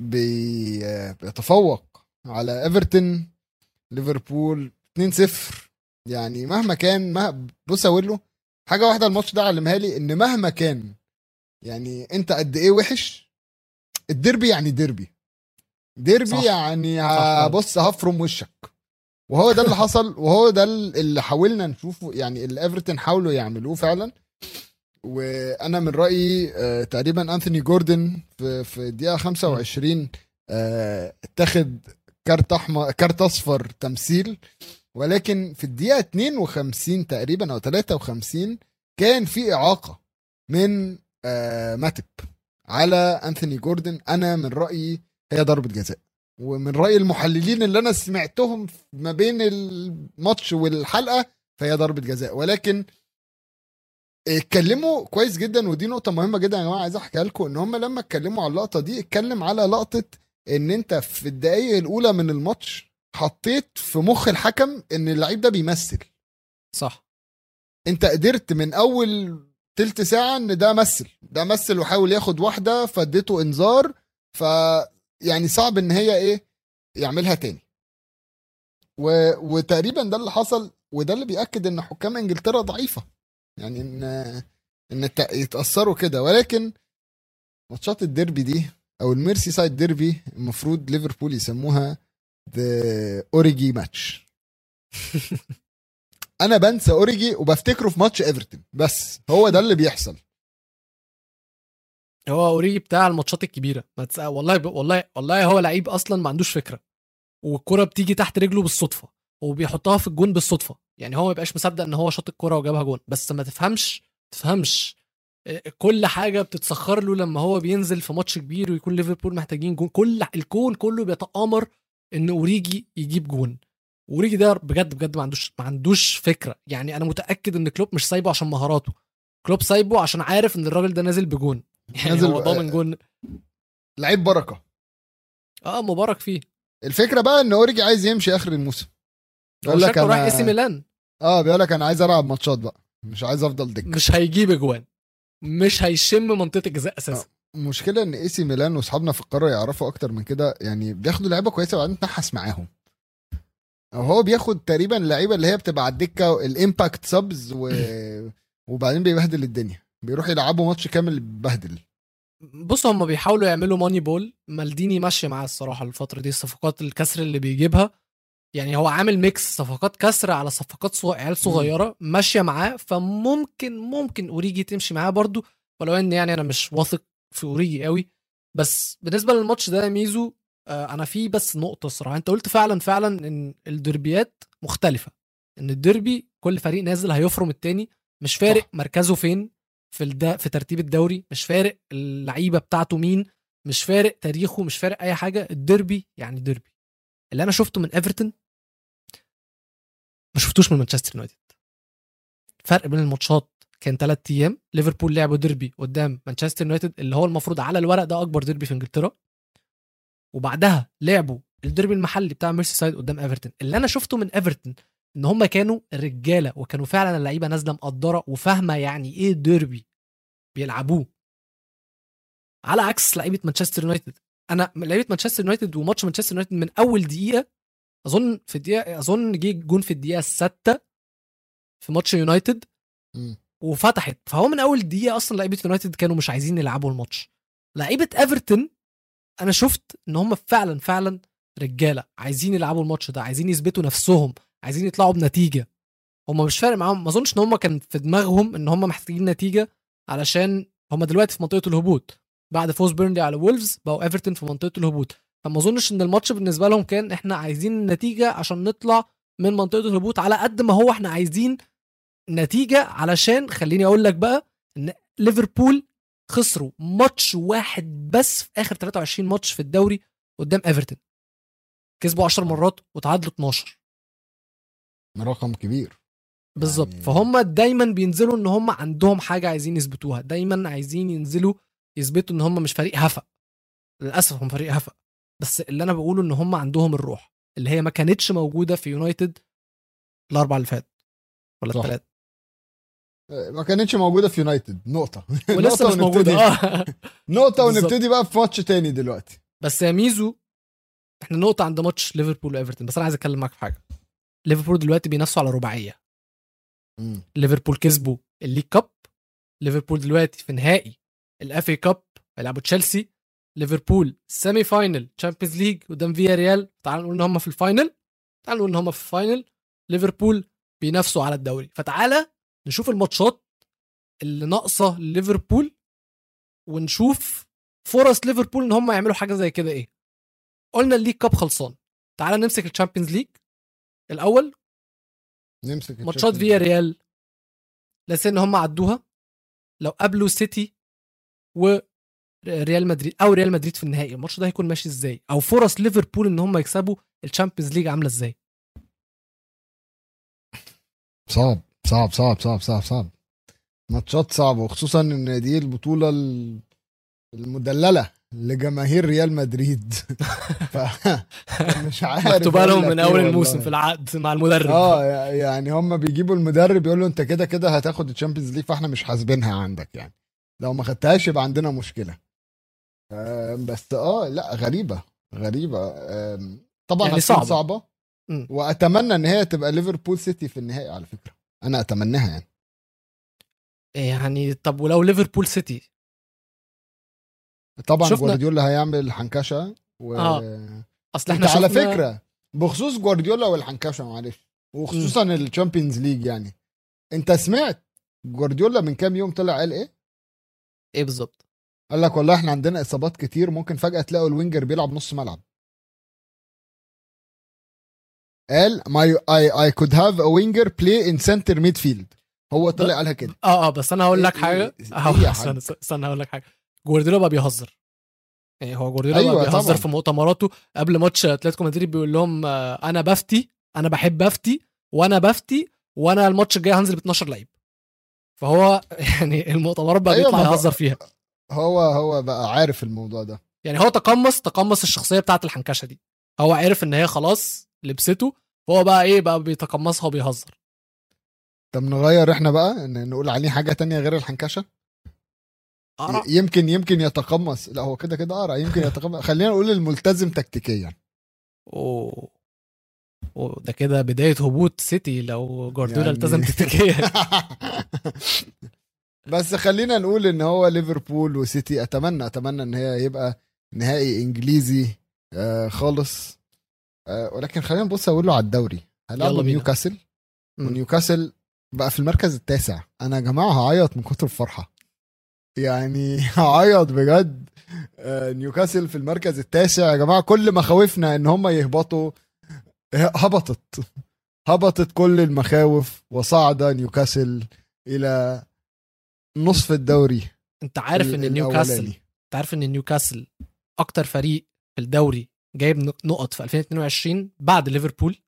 A: بيتفوق على ايفرتون. ليفربول اتنين صفر، يعني مهما كان ما بص اقول له حاجه واحده، الماتش ده علمها لي ان مهما كان يعني انت قد ايه وحش، الديربي يعني ديربي ديربي صح. يعني بص هفرم وشك، وهو ده اللي حصل، وهو ده اللي حاولنا نشوفه، يعني اللي ايفرتون حاولوا يعملوه فعلا. وانا من رايي آه تقريبا انثوني جوردن في في الدقيقه خمسة وعشرين آه اتخذ كارت احمر كارت اصفر تمثيل، ولكن في الدقيقه اتنين وخمسين تقريبا او تلاتة وخمسين كان في اعاقه من آه ماتب على أنثوني جوردن. انا من رايي هي ضربه جزاء، ومن راي المحللين اللي انا سمعتهم ما بين الماتش والحلقه فهي ضربه جزاء. ولكن اتكلموا كويس جدا، ودي نقطه مهمه جدا يا جماعه عايز احكيها لكم، ان هم لما اتكلموا على اللقطه دي اتكلم على لقطه ان انت في الدقائق الاولى من الماتش حطيت في مخ الحكم ان اللعيب ده بيمثل.
C: صح،
A: انت قدرت من اول تلت ساعه ان ده مثل ده مثل وحاول ياخد واحده فاديته انذار، ف يعني صعب ان هي ايه يعملها تاني. و... وتقريبا ده اللي حصل، وده اللي بيأكد ان حكام انجلترا ضعيفه، يعني ان ان يتأثروا كده. ولكن ماتشات الديربي دي او الميرسي سايد ديربي المفروض ليفربول يسموها ذا اوريجي ماتش. انا بنسى اوريجي وبفتكره في ماتش ايفرتون، بس هو ده اللي بيحصل.
C: هو اوريجي بتاع الماتشات الكبيره، ما تسأل والله ب... والله والله هو لعيب اصلا ما عندوش فكره، والكره بتيجي تحت رجله بالصدفه وبيحطها في الجون بالصدفه. يعني هو ما يبقاش مصدق ان هو شاط الكره وجابها جون، بس ما تفهمش تفهمش كل حاجه بتتسخر له لما هو بينزل في ماتش كبير ويكون ليفربول محتاجين جون. كل الكون كله بيتآمر ان اوريجي يجيب جون. اوريجي ده بجد بجد ما عندوش ما عندوش فكره. يعني انا متاكد ان كلوب مش سايبه عشان مهاراته، كلوب سايبه عشان عارف ان الراجل ده نازل بجون، يعني
A: نازل
C: هو ضامن جون،
A: لعيب بركه.
C: اه مبارك فيه.
A: الفكره بقى ان اوريجي عايز يمشي اخر الموسم،
C: بيقول لك انا رايح اي سي ميلان.
A: اه بيقول لك انا عايز العب ماتشات بقى، مش عايز افضل دك.
C: مش هيجيب اجوان، مش هيشم منطقه الجزاء اساسا.
A: المشكله ان اي سي ميلان واصحابنا في القاره يعرفوا اكتر من كده، يعني بياخدوا لعيبه كويسه وبعدين تنحس معاهم. هو بياخد تقريبا اللعيبه اللي هي بتبقى على الدكه الامباكت سبز و... وبعدين بيبهدل الدنيا، بيروح يلعبوا ماتش كامل ببهدل.
C: بص هم بيحاولوا يعملوا ماني بول. مالديني ماشي معاه الصراحه الفتره دي، الصفقات الكسر اللي بيجيبها، يعني هو عامل ميكس صفقات كسر على صفقات صغ... عيال صغيره ماشيه معاه. فممكن ممكن اوريجي تمشي معاه برضو، ولو ان يعني انا مش واثق في اوريجي قوي. بس بالنسبه للماتش ده ميزو، آه انا في بس نقطه صراحه، انت قلت فعلا فعلا ان الدربيات مختلفه، ان الدربي كل فريق نازل هيفرم التاني، مش فارق صح. مركزه فين في الد... في ترتيب الدوري، مش فارق اللعيبه بتاعته مين، مش فارق تاريخه، مش فارق اي حاجه. الدربي يعني دربي. اللي انا شفته من ايفرتون ما شفتوش من مانشستر يونايتد. فرق بين الماتشات كان ثلاثة ايام. ليفربول لعبوا ديربي قدام مانشستر يونايتد اللي هو المفروض على الورق ده اكبر ديربي في انجلترا، وبعدها لعبوا الديربي المحلي بتاع ميرسي سايد قدام ايفرتون. اللي انا شفته من ايفرتون ان هم كانوا رجاله، وكانوا فعلا اللعيبه نازله مقدره وفاهمه يعني ايه ديربي بيلعبوه، على عكس لعيبه مانشستر يونايتد. انا لعيبه مانشستر يونايتد وماتش مانشستر يونايتد من اول دقيقه، اظن في الدقيقه اظن جه جون في الدقيقه السادسه في ماتش يونايتد وفتحت. فهو من اول دقيقه اصلا لعيبه يونايتد كانوا مش عايزين يلعبوا الماتش. لعيبه ايفرتون انا شفت ان هم فعلا فعلا رجاله عايزين يلعبوا الماتش ده، عايزين يثبتوا نفسهم، عايزين يطلعوا بنتيجه. هم مش فارق معاهم، ما اظنش ان هم كان في دماغهم ان هم محتاجين نتيجه، علشان هم دلوقتي في منطقه الهبوط بعد فوز بيرنلي على وولفز، بقوا ايفرتون في منطقه الهبوط. فما اظنش ان الماتش بالنسبه لهم كان احنا عايزين النتيجه عشان نطلع من منطقه الهبوط، على قد ما هو احنا عايزين نتيجه علشان خليني اقول لك بقى ان ليفربول خسروا ماتش واحد بس في اخر ثلاثة وعشرين ماتش في الدوري قدام ايفرتون، كسبوا عشر مرات وتعادلوا اتناشر.
A: رقم كبير
C: بالظبط.
A: يعني...
C: فهم دايما بينزلوا ان هم عندهم حاجه عايزين يثبتوها، دايما عايزين ينزلوا يثبتوا ان هم مش فريق هفا. للاسف هم فريق هفا، بس اللي انا بقوله ان هم عندهم الروح اللي هي ما كانتش موجوده في يونايتد الاربع اللي فات ولا الثلاث،
A: ما كانتش موجوده في يونايتد نقطه
C: ولسه
A: نقطة
C: مش موجوده اه
A: نقطه ونبتدي بقى في ماتش تاني دلوقتي.
C: بس يا ميزو احنا نقطه عند ماتش ليفربول وايفرتون، بس انا عايز اتكلم معاك في حاجه. ليفربول دلوقتي بينافسوا على رباعيه.
A: مم.
C: ليفربول كسبوا الليج كاب، ليفربول دلوقتي في نهائي الاف اي كاب هيلعبوا تشيلسي، ليفربول سيمي فاينل تشامبيونز ليج قدام فيا ريال. تعالوا نقول ان هم في الفاينل، تعالوا نقول ان هم في الفاينل. ليفربول بينافسوا على الدوري. فتعالى نشوف الماتشات اللي ناقصه ليفربول ونشوف فرص ليفربول ان هم يعملوا حاجه زي كده ايه. قلنا الليج كاب خلصان، تعالى نمسك الشامبيونز ليج الاول.
A: نمسك
C: ماتشات فيا ريال لسه هم عدوها. لو قابلوا سيتي وريال مدريد او ريال مدريد في النهائي، الماتش ده هيكون ماشي ازاي؟ او فرص ليفربول ان هم يكسبوا الشامبيونز ليج عامله ازاي؟
A: صعب صعب صعب صعب صعب صعب ماتشات صعبه، وخصوصا ان دي البطوله المدلله لجماهير ريال مدريد. مش عارف
C: مكتوبه لهم من اول الموسم في العقد مع المدرب.
A: اه يعني هم بيجيبوا المدرب يقولوا انت كده كده هتاخد الشامبيونز ليج، فاحنا مش حاسبينها عندك، يعني لو ما خدتهاش يبقى عندنا مشكله. آه بس اه لا غريبه غريبه آه طبعا
C: يعني صعبه,
A: صعبة.
C: م.
A: واتمنى ان هي تبقى ليفربول سيتي في النهائي، على فكره انا اتمناها يعني.
C: يعني طب ولو ليفربول سيتي؟
A: طبعا
C: شفنا...
A: جوارديولا هيعمل حنكشه و...
C: اه اصل احنا
A: على
C: شفنا...
A: فكره بخصوص جوارديولا والحنكشه معلش، وخصوصا الشامبيونز ليج، يعني انت سمعت جوارديولا من كام يوم طلع قال ايه؟
C: ايه بالظبط؟
A: قال لك والله احنا عندنا اصابات كتير، ممكن فجاه تلاقوا الوينجر بيلعب نص ملعب. قال my I I could have a winger play in center midfield. هو طلع قالها كده.
C: اه اه بس انا هقول لك
A: إيه
C: حاجه.
A: إيه
C: استنى استنى هقول لك حاجه. جوارديولا بقى بيهزر، يعني هو جوارديولا
A: أيوة
C: بقى بيهزر
A: طبعا.
C: في مؤتمراته قبل ماتش اتلتيكو مدريد، بيقول لهم انا بفتي، انا بحب افتي، وانا بفتي، وانا الماتش الجاي هنزل ب اتناشر لعيب. فهو يعني المؤتمرات بقى
A: أيوة
C: بيطلع يهزر فيها.
A: هو هو بقى عارف الموضوع ده،
C: يعني هو تقمص تقمص الشخصيه بتاعه الحنكشه دي. هو عارف ان هي خلاص لبسته، فهو بقى ايه بقى بيتقمصها وبيهزر.
A: طب نغير احنا بقى ان نقول عليه حاجه تانية غير الحنكشه.
C: أرى.
A: يمكن يمكن يتقمص، لا هو كده كده قرا يمكن يتقمص. خلينا نقول الملتزم تكتيكيا.
C: اوه اوه ده كده بدايه هبوط سيتي لو جوارديولا
A: يعني...
C: التزم تكتيكيا.
A: بس خلينا نقول ان هو ليفربول وسيتي اتمنى اتمنى ان هي يبقى نهائي انجليزي آه خالص. آه ولكن خلينا نبص اقول له على الدوري. هنلعب نيوكاسل، ونيوكاسل بقى في المركز التاسع. انا يا جماعه هعيط من كتر الفرحه، يعني هعيط بجد. آه نيوكاسل في المركز التاسع يا جماعه، كل ما خوفنا ان هم يهبطوا هبطت هبطت كل المخاوف، وصعد نيوكاسل الى نصف الدوري.
C: انت عارف ان نيوكاسل انت عارف ان نيوكاسل اكتر فريق في الدوري جايب نقط في ألفين واتنين وعشرين بعد ليفربول.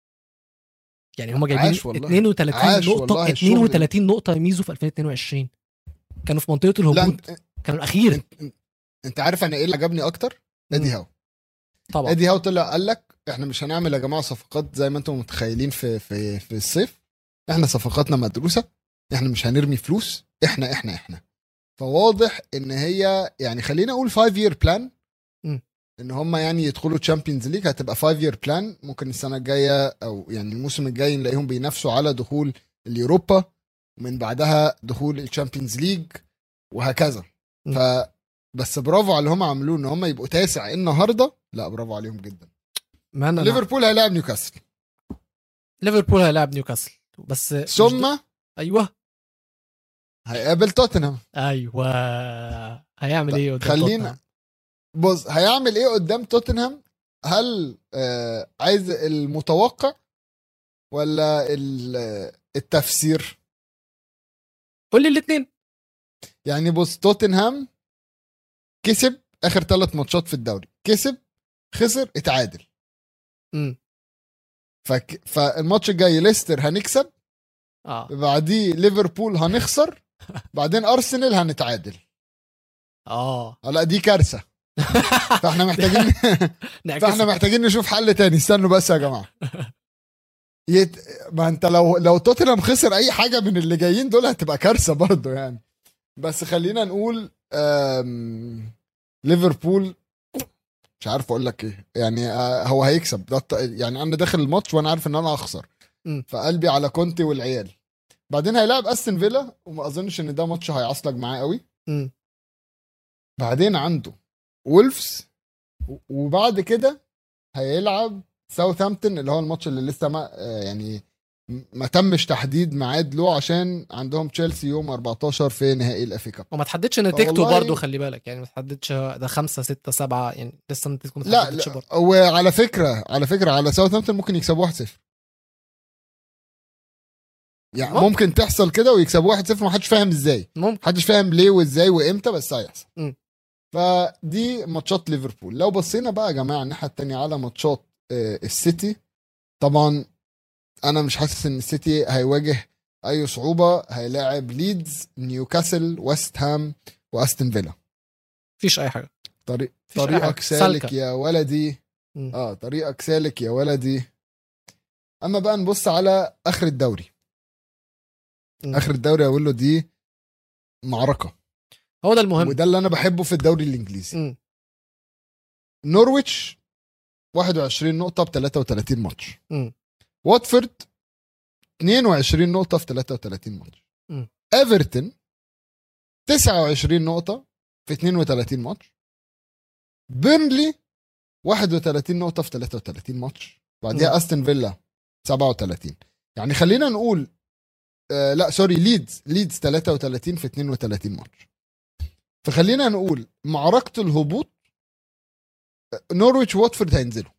C: يعني هم جايبين اتنين وتلاتين نقطة اتنين وتلاتين نقطة يميزوا في ألفين واتنين وعشرين. كانوا في منطقة الهبوط، كانوا الأخير.
A: انت, انت عارف انا ايه اللي عجبني اكتر؟ ادي هاو.
C: طبعا
A: ادي هاو طلع قال لك احنا مش هنعمل يا جماعة صفقات زي ما انتم متخيلين في في في الصيف. احنا صفقاتنا مدروسة، احنا مش هنرمي فلوس، احنا احنا احنا فواضح ان هي يعني خلينا اقول فايف يير بلان، ان هم يعني يدخلوا تشامبيونز ليج. هتبقى فايف يير بلان، ممكن السنه الجايه او يعني الموسم الجاي نلاقيهم بينافسوا على دخول اليوروبا، ومن بعدها دخول الشامبيونز ليج وهكذا. ف بس برافو على اللي هم عملوه، ان هم يبقوا تاسع النهارده. لا برافو عليهم جدا. ليفربول هيلاعب نيوكاسل.
C: ليفربول هيلاعب نيوكاسل بس
A: ثم
C: ايوه
A: هيقابل توتنهام.
C: ايوه هيعمل ايه قدام
A: خلينا
C: توتنهام؟
A: بص هيعمل ايه قدام توتنهام. هل آه عايز المتوقع ولا التفسير؟
C: قول لي الاثنين.
A: يعني بص توتنهام كسب اخر ثلاث ماتشات في الدوري، كسب خسر اتعادل.
C: امم
A: فك... فالماتش الجاي ليستر هنكسب،
C: اه
A: بعديه ليفربول هنخسر، بعدين ارسنال هنتعادل.
C: اه
A: لا دي كارثه. فاحنا محتاجين فاحنا محتاجين نشوف حل تاني. استنوا بس يا جماعه. يت... ما انت لو لو توتنهام خسر اي حاجه من اللي جايين دول هتبقى كارثه برضو يعني. بس خلينا نقول أم... ليفربول مش عارف اقول لك ايه يعني. هو هيكسب ده يعني. انا داخل الماتش وانا عارف ان انا هخسر، فقلبي على كونتي والعيال. بعدين هيلاعب استون فيلا، وما اظنش ان ده ماتش هيعصلك معاه قوي.
C: م.
A: بعدين عنده وولفز، وبعد كده هيلعب ساوثهامبتون، اللي هو الماتش اللي لسه ما يعني ما تمش تحديد ميعاد له، عشان عندهم تشيلسي يوم اربعتاشر في نهائي الافي كاب.
C: وما تحددش نتيجته برضه، خلي بالك يعني ما تحددش ده خمسة ستة سبعة يعني لسه نتيجته ما تحددش برضه.
A: وعلى فكره على فكره على ساوثهامبتون ممكن يكسبوا واحد صفر. يعني
C: ممكن.
A: ممكن تحصل كده ويكسبوا واحد صفر، ما حدش فاهم ازاي،
C: ممكن
A: محدش فاهم ليه وازاي وامتى، بس هيحصل.
C: م.
A: فدي ماتشات ليفربول. لو بصينا بقى يا جماعه الناحيه التانية على ماتشات آه، السيتي، طبعا انا مش حاسس ان السيتي هيواجه اي صعوبه. هيلاعب ليدز، نيوكاسل، ويست هام، واستون فيلا.
C: مفيش اي حاجه.
A: طريق
C: مفيش أي
A: طريقك
C: حاجة.
A: سالك
C: سالكة.
A: يا ولدي.
C: م.
A: اه طريقك سالك يا ولدي. اما بقى نبص على اخر الدوري.
C: م.
A: اخر الدوري اقول له دي معركه،
C: هو ده المهم.
A: وده اللي انا بحبه في الدوري الانجليزي.
C: م.
A: نورويتش واحد وعشرين نقطه ب ثلاثة وثلاثين ماتش.
C: م.
A: واتفورد اثنين وعشرين نقطه في ثلاثة وثلاثين ماتش.
C: م.
A: ايفرتون تسعة وعشرين نقطه في اثنين وثلاثين ماتش. بيرنلي واحد وثلاثين نقطه في ثلاثة وثلاثين ماتش. بعديها
C: م.
A: استون فيلا سبعة وثلاثين. يعني خلينا نقول آه لا سوري ليدز ليدز ثلاثة وثلاثين في اثنين وثلاثين ماتش. فخلينا نقول معركة الهبوط نورويتش واتفورد هينزلوا.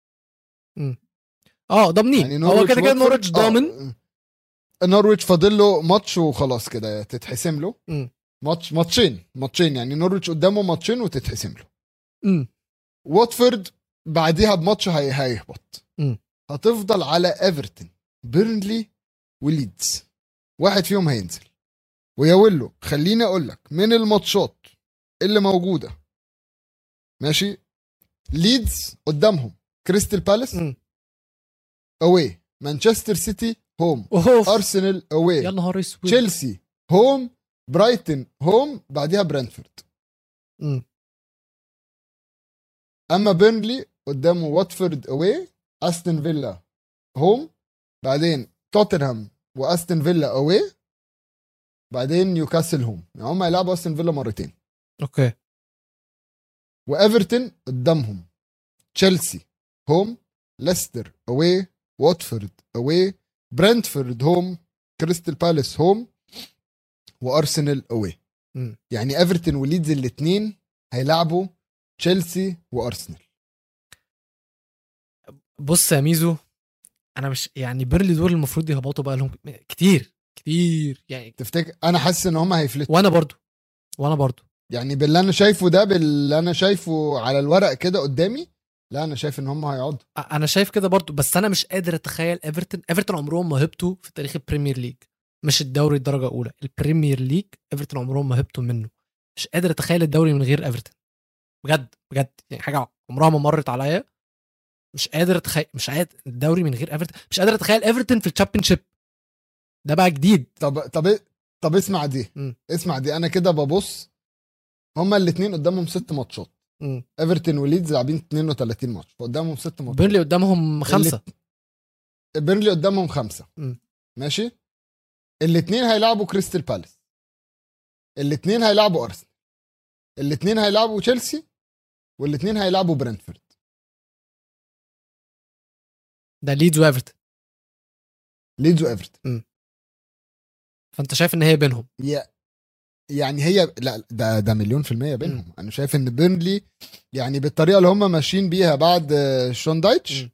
C: اه ضامنين
A: يعني
C: هو كده كده
A: واتفورد-
C: نورwich ضامن.
A: آه نورويتش فاضل له ماتش وخلاص كده تتحسم له.
C: م.
A: ماتش ماتشين ماتشين يعني نورويتش قدامه ماتشين وتتحسم له.
C: م.
A: واتفورد بعديها بماتش هي هيهبط.
C: م.
A: هتفضل على ايفرتون، بيرنلي، وليدز. واحد فيهم هينزل. ويا ويلو خليني اقول لك من الماتشات اللي موجوده ماشي، ليدز قدامهم كريستال بالاس
C: م.
A: اوي، مانشستر سيتي هوم،
C: اوف
A: ارسنال اوي،
C: يا نهار اسود.
A: تشيلسي هوم، برايتون هوم، بعديها برنتفورد.
C: م.
A: اما بيرنلي قدامه واتفورد اوي، استون فيلا هوم، بعدين توتنهام واستون فيلا اوي، بعدين نيوكاسل هوم. يعني هم هيلعبوا استون فيلا مرتين.
C: اوكي.
A: وايفرتون قدامهم تشيلسي هوم، ليستر اوي، واتفورد اوي، برنتفورد هوم، كريستال بالاس هوم، وارسنال اوي.
C: م.
A: يعني ايفرتون وليدز الاثنين هيلعبوا تشيلسي وارسنال.
C: بص يا ميزو، انا مش يعني بيرلي دول المفروض يهبطوا بقى لهم كتير كتير يعني.
A: تفتكر؟ انا حاسس ان هم هيفلتوا.
C: وانا برضو وانا برضو
A: يعني باللي انا شايفه ده، باللي انا شايفه على الورق كده قدامي، لا انا شايف ان هم هيقعدوا.
C: انا شايف كده برضو، بس انا مش قادر اتخيل ايفرتون ايفرتون عمرهم ما هبطوا في تاريخ البريمير ليج. مش الدوري الدرجه الاولى، البريمير ليج ايفرتون عمرهم ما هبطوا منه. مش قادر اتخيل الدوري من غير ايفرتون بجد بجد. يعني حاجه عمرها ما مرت عليا. مش قادر اتخيل مش قادر الدوري من غير ايفرتون. مش قادر اتخيل ايفرتون في الشامبيونشيب. ده بقى جديد.
A: طب طب طب اسمع دي
C: م.
A: اسمع دي انا كده ببص، هما الاثنين قدامهم ست ماتشات.
C: م.
A: ايفرتون وليدز لاعبين اثنين وثلاثين ماتش، فقدامهم ست ماتشات.
C: بيرلي قدامهم خمسه.
A: بيرلي قدامهم خمسه.
C: م.
A: ماشي. الاثنين هيلعبوا كريستال بالاس، الاثنين هيلعبوا ارسنال، الاثنين هيلعبوا تشيلسي، والاثنين هيلعبوا برنتفورد.
C: ده ليدز وايفرتون.
A: ليدز وايفرتون.
C: فانت شايف ان هي بينهم؟
A: يعني هي لا ده ده مليون في المية بينهم. م. انا شايف ان بيرنلي يعني بالطريقه اللي هم ماشيين بيها بعد شون دايتش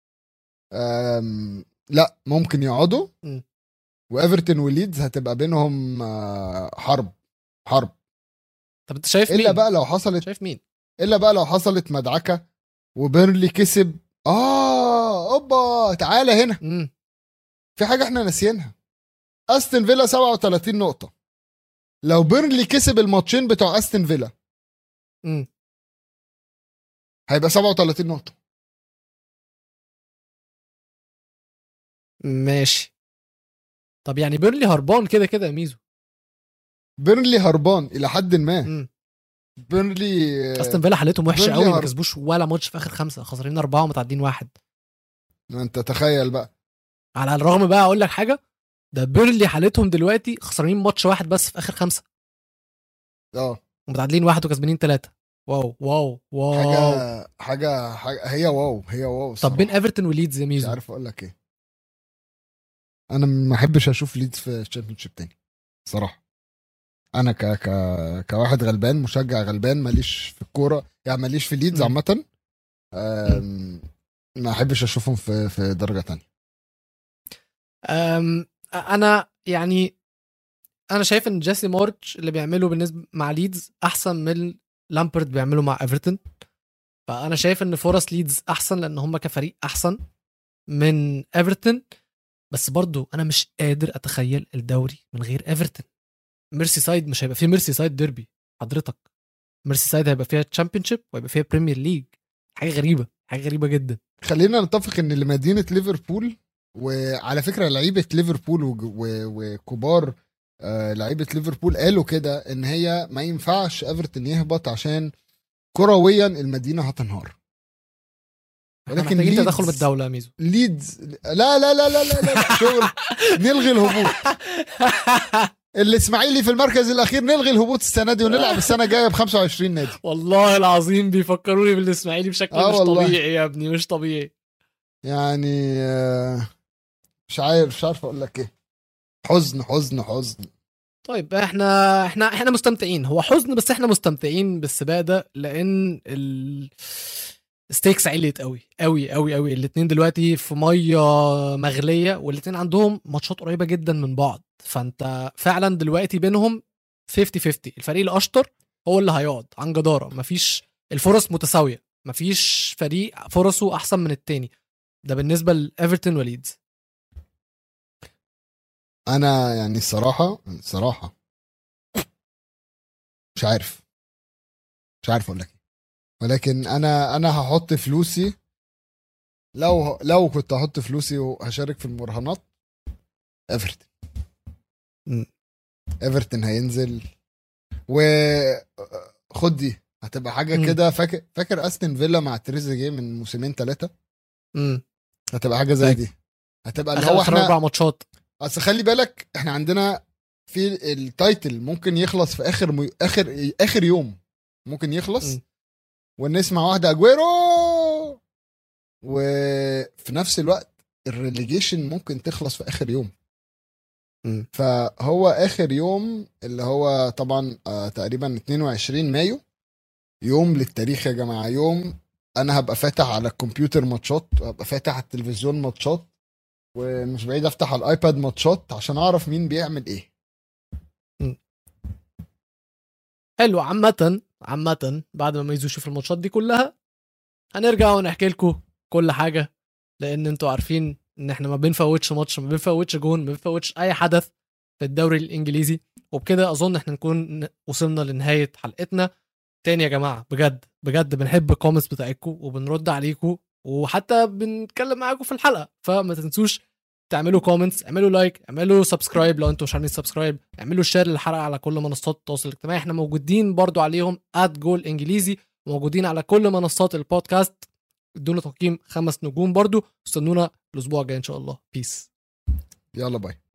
A: لا ممكن يقعدوا.
C: م.
A: وايفرتون وليدز هتبقى بينهم حرب حرب.
C: طب انت شايف
A: الا
C: مين؟
A: بقى لو حصلت
C: شايف مين؟
A: الا بقى لو حصلت مدعكه وبيرنلي كسب. اه اوبا تعالى هنا.
C: م.
A: في حاجه احنا ناسيينها. استون فيلا سبعة وثلاثين نقطه. لو بيرنلي كسب الماتشين بتوع استون فيلا
C: م.
A: هيبقى سبعة وثلاثين نقطه.
C: ماشي. طب يعني بيرنلي هربان كده كده يا ميزو.
A: بيرنلي هربان الى حد ما.
C: م.
A: بيرنلي
C: استون فيلا حالتهم وحشه
A: بيرنلي
C: قوي. ما
A: هر-
C: كسبوش ولا ماتش في اخر خمسه، خسرين اربعه ومتعدين واحد.
A: انت تخيل بقى.
C: على الرغم بقى اقول لك حاجه، ده بيرنلي حالتهم دلوقتي خسرانين ماتش واحد بس في اخر خمسه،
A: اه
C: ومتعادلين واحد وكسبانين ثلاثه. واو واو واو.
A: حاجه حاجه, حاجة هي واو هي واو
C: طب
A: الصراحة.
C: بين ايفرتون وليدز يا
A: مش
C: ميزو؟
A: عارف اقول لك ايه. انا ما احبش اشوف ليدز في الشامبيونشيب تاني صراحه. انا ك ك كواحد غلبان، مشجع غلبان، ماليش في الكوره يعني، ماليش في ليدز
C: م.
A: عامه. أم، ما احبش اشوفهم في في درجه تانية.
C: أم انا يعني انا شايف ان جيسي مارش اللي بيعمله بالنسبه مع ليدز احسن من لامبرد بيعمله مع ايفرتون. فانا شايف ان فرص ليدز احسن لان هم كفريق احسن من ايفرتون. بس برضو انا مش قادر اتخيل الدوري من غير ايفرتون. ميرسي سايد مش هيبقى فيه ميرسي سايد ديربي حضرتك. ميرسي سايد هيبقى فيها تشامبيونشيب وهيبقى فيها بريمير ليج. حاجه غريبه حاجه غريبه جدا.
A: خلينا نتفق ان لمدينه ليفربول، وعلى فكره لعيبه ليفربول وكبار آه لعيبه ليفربول قالوا كده ان هي ما ينفعش ايفرتون يهبط عشان كرويا المدينه هتنهار.
C: ولكن ليدز تدخل من الدوله ميزو.
A: ليدز لا لا لا لا لا, لا. شغل نلغي الهبوط. الاسماعيلي في المركز الاخير، نلغي الهبوط السنه دي ونلعب السنه الجايه ب خمسة وعشرين نادي.
C: والله العظيم بيفكروني بالاسماعيلي بشكل آه مش والله. طبيعي يا ابني مش طبيعي
A: يعني. مش عارف مش عارف اقول لك ايه. حزن حزن حزن.
C: طيب احنا احنا احنا مستمتعين. هو حزن بس احنا مستمتعين بالسباق ده لان ال ستيكس عليت قوي قوي قوي قوي. الاثنين دلوقتي في ميه مغليه والاثنين عندهم ماتشات قريبه جدا من بعض. فانت فعلا دلوقتي بينهم خمسين خمسين. الفريق الاشطر هو اللي هيقعد عن جداره. مفيش الفرص متساويه. مفيش فريق فرصه احسن من التاني. ده بالنسبه لايفرتون وليدز.
A: انا يعني الصراحه الصراحه مش عارف مش عارف اقول لك. ولكن انا انا هحط فلوسي، لو لو كنت هحط فلوسي وهشارك في المراهنات، ايفرتون. ايفرتون هينزل وخد دي هتبقى حاجه كده. فاكر فاكر استون فيلا مع تريزيجيه من موسمين ثلاثه. هتبقى حاجه زي دي. هتبقى اللي هو احنا
C: اربع ماتشات.
A: اصل خلي بالك احنا عندنا في التايتل ممكن يخلص في اخر م... اخر اخر يوم ممكن يخلص م. ونسمع واحده اجويرو، وفي نفس الوقت الريليجيشن ممكن تخلص في اخر يوم. م. فهو اخر يوم اللي هو طبعا آه تقريبا اتنين وعشرين مايو، يوم للتاريخ يا جماعه. يوم انا هبقى فاتح على الكمبيوتر ماتشات وهبقى فاتح على التلفزيون ماتشات ومش بعيد افتح على الايباد ماتشات عشان اعرف مين بيعمل ايه.
C: م. حلو. عامه عامه بعد ما ميزو يشوف الماتشات دي كلها هنرجع ونحكي لكم كل حاجه، لان انتوا عارفين ان احنا ما بنفوتش ماتش، ما بنفوتش جون، ما بنفوتش اي حدث في الدوري الانجليزي. وبكده اظن احنا نكون وصلنا لنهايه حلقتنا. تاني يا جماعه بجد بجد بنحب الكومنتس بتاعتكم وبنرد عليكم وحتى بنتكلم معاكم في الحلقه. فما تنسوش تعملوا كومنتس، اعملوا لايك، اعملوا سبسكرايب لو انتوا مش عاملين سبسكرايب، اعملوا شير للحلقه على كل منصات التواصل الاجتماعي. احنا موجودين برضو عليهم ات جول انجليزي، موجودين على كل منصات البودكاست. ادونا تقييم خمس نجوم برضو. استنونا الاسبوع الجاي ان شاء الله. بيس.
A: يلا باي.